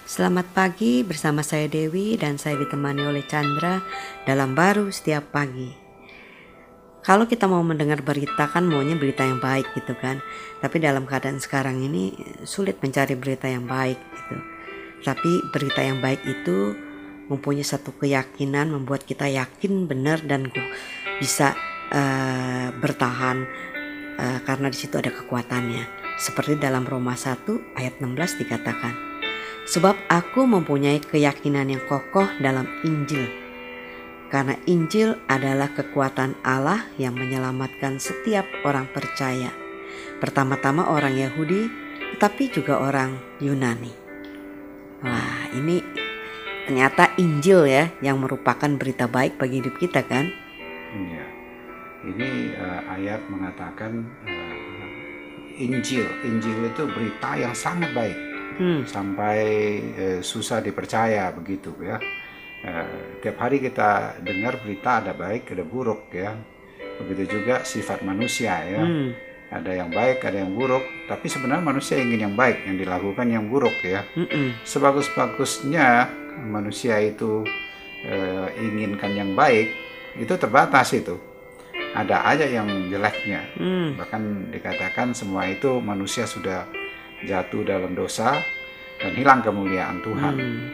Selamat pagi, bersama saya Dewi dan saya ditemani oleh Chandra dalam Baru Setiap Pagi. Kalau kita mau mendengar berita kan maunya berita yang baik gitu kan. Tapi dalam keadaan sekarang ini sulit mencari berita yang baik gitu. Tapi berita yang baik itu mempunyai satu keyakinan, membuat kita yakin benar dan bisa bertahan karena di situ ada kekuatannya. Seperti dalam Roma 1 ayat 16 dikatakan, sebab aku mempunyai keyakinan yang kokoh dalam Injil, karena Injil adalah kekuatan Allah yang menyelamatkan setiap orang percaya, pertama-tama orang Yahudi, tetapi juga orang Yunani. Wah, ini ternyata Injil ya, yang merupakan berita baik bagi hidup kita kan? Iya, ini ayat mengatakan Injil itu berita yang sangat baik. Sampai susah dipercaya begitu ya. Tiap hari kita dengar berita ada baik ada buruk ya. Begitu juga sifat manusia ya. Ada yang baik ada yang buruk, tapi sebenarnya manusia ingin yang baik, yang dilakukan yang buruk ya. Sebagus-bagusnya manusia itu inginkan yang baik itu terbatas itu. Ada aja yang jeleknya. Bahkan dikatakan semua itu manusia sudah jatuh dalam dosa dan hilang kemuliaan Tuhan.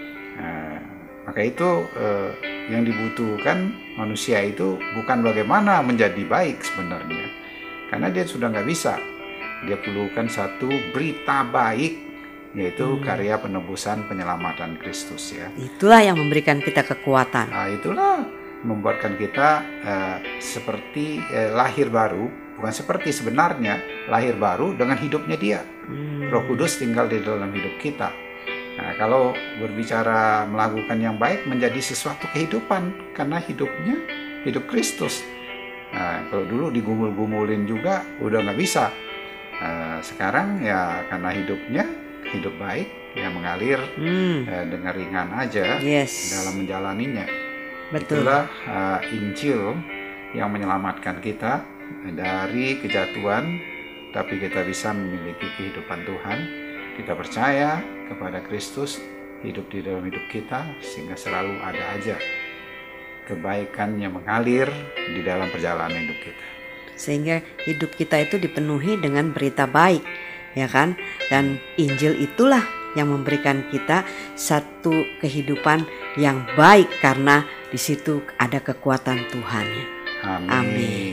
Maka itu yang dibutuhkan manusia itu bukan bagaimana menjadi baik sebenarnya, karena dia sudah nggak bisa. Dia perlukan satu berita baik, yaitu karya penebusan penyelamatan Kristus ya. Itulah yang memberikan kita kekuatan. Itulah membuatkan kita seperti lahir baru. Bukan seperti sebenarnya lahir baru dengan hidupnya dia. Roh Kudus tinggal di dalam hidup kita. Nah, kalau berbicara melakukan yang baik menjadi sesuatu kehidupan karena hidupnya hidup Kristus. Nah, kalau dulu digumul-gumulin juga udah nggak bisa. Sekarang ya karena hidupnya hidup baik yang mengalir dengan ringan aja dalam menjalaninya. Betul. Itulah Injil yang menyelamatkan kita dari kejatuhan, tapi kita bisa memiliki kehidupan Tuhan. Kita percaya kepada Kristus hidup di dalam hidup kita, sehingga selalu ada aja kebaikan yang mengalir di dalam perjalanan hidup kita. Sehingga hidup kita itu dipenuhi dengan berita baik, ya kan? Dan Injil itulah yang memberikan kita satu kehidupan yang baik karena di situ ada kekuatan Tuhan. Amin. Amin.